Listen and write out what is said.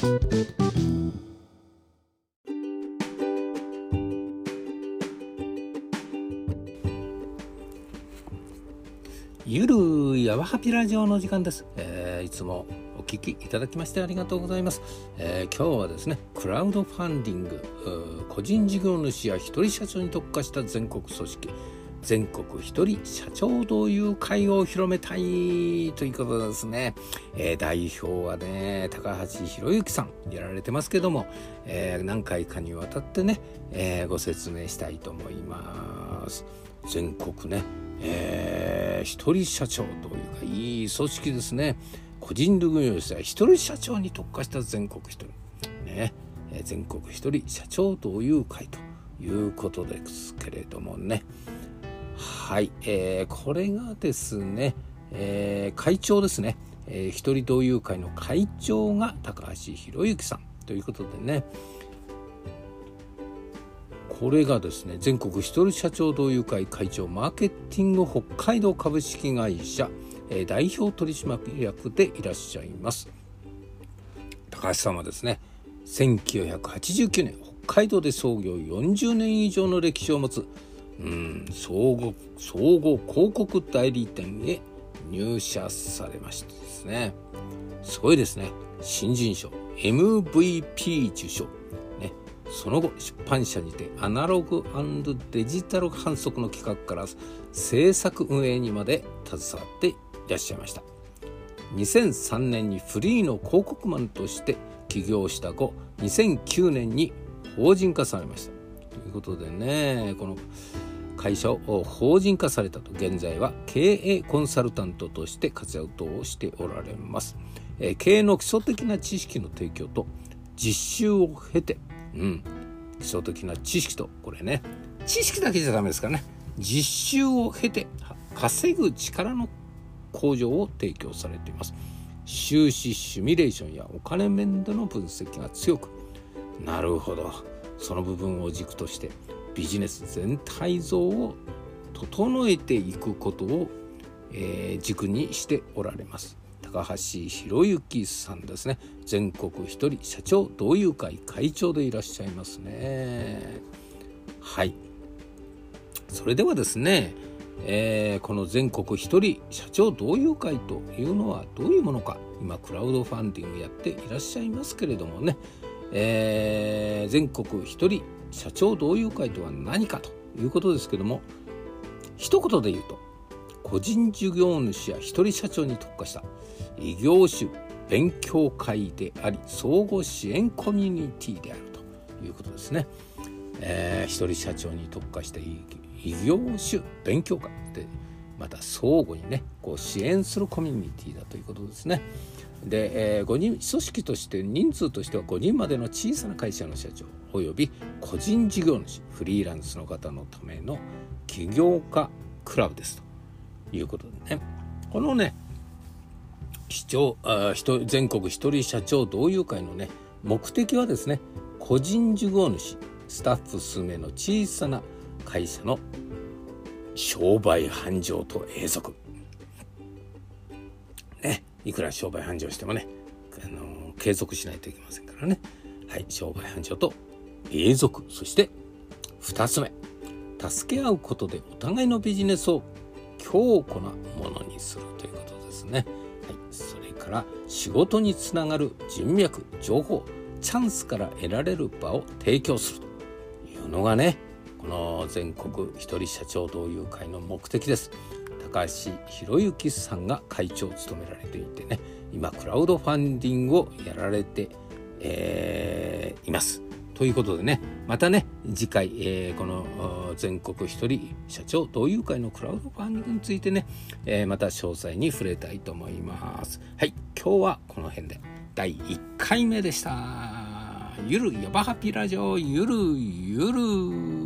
ゆるやわはぴラジオの時間です。いつもお聞きいただきましてありがとうございます。今日はですね、クラウドファンディング、個人事業主や一人社長に特化した全国組織、全国一人社長同友会を広めたいということでですね、代表はね、高橋博之さんやられてますけども、何回かにわたってね、ご説明したいと思います。全国ね、一人社長というかいい組織ですね。個人事業主や一人社長に特化した全国一人ね、全国一人社長同友会ということですけれどもね、はい、これがですね、会長ですね、一人同友会の会長が高橋博之さんということでね、これがですね、全国一人社長同友会会長マーケティング北海道株式会社、代表取締役でいらっしゃいます。高橋さんはですね、1989年北海道で創業40年以上の歴史を持つ総合広告代理店へ入社されましてですね、すごいですね。新人賞 MVP 受賞ね。その後出版社にてアナログ&デジタル販促の企画から制作運営にまで携わっていらっしゃいました。2003年にフリーの広告マンとして起業した後、2009年に法人化されましたということでね、この会社を法人化されたと、現在は経営コンサルタントとして活躍をしておられます。経営の基礎的な知識の提供と実習を経て、基礎的な知識と、これね、知識だけじゃダメですからね、実習を経て稼ぐ力の向上を提供されています。収支シミュレーションやお金面での分析が強く、なるほど、その部分を軸としてビジネス全体像を整えていくことを、軸にしておられます。高橋博之さんですね。全国一人社長同友会会長でいらっしゃいますね。はい。それではですね、この全国一人社長同友会というのはどういうものか、今クラウドファンディングやっていらっしゃいますけれどもね、全国一人社長同友会とは何かということですけども、一言で言うと、個人事業主や一人社長に特化した異業種勉強会であり、相互支援コミュニティであるということですね。一人社長に特化した異業種勉強会で、また相互にね、こう支援するコミュニティだということですね。で、5人組織として人数としては5人までの小さな会社の社長および個人事業主フリーランスの方のための起業家クラブですということでね、このね、全国一人社長同友会のね、目的はですね、個人事業主スタッフ数名の小さな会社の商売繁盛と永続ね、いくら商売繁盛してもね、継続しないといけませんからね。はい、商売繁盛と永続、そして2つ目、助け合うことでお互いのビジネスを強固なものにするということですね。はい、それから仕事につながる人脈、情報、チャンスから得られる場を提供するというのがね、この全国一人社長同友会の目的です。高橋博之さんが会長を務められていてね、今クラウドファンディングをやられて、いますということでね、またね、次回、この全国一人社長同友会のクラウドファンディングについてね、また詳細に触れたいと思います。はい、今日はこの辺で第1回目でした。ゆるやばハピラジオ、ゆるゆる。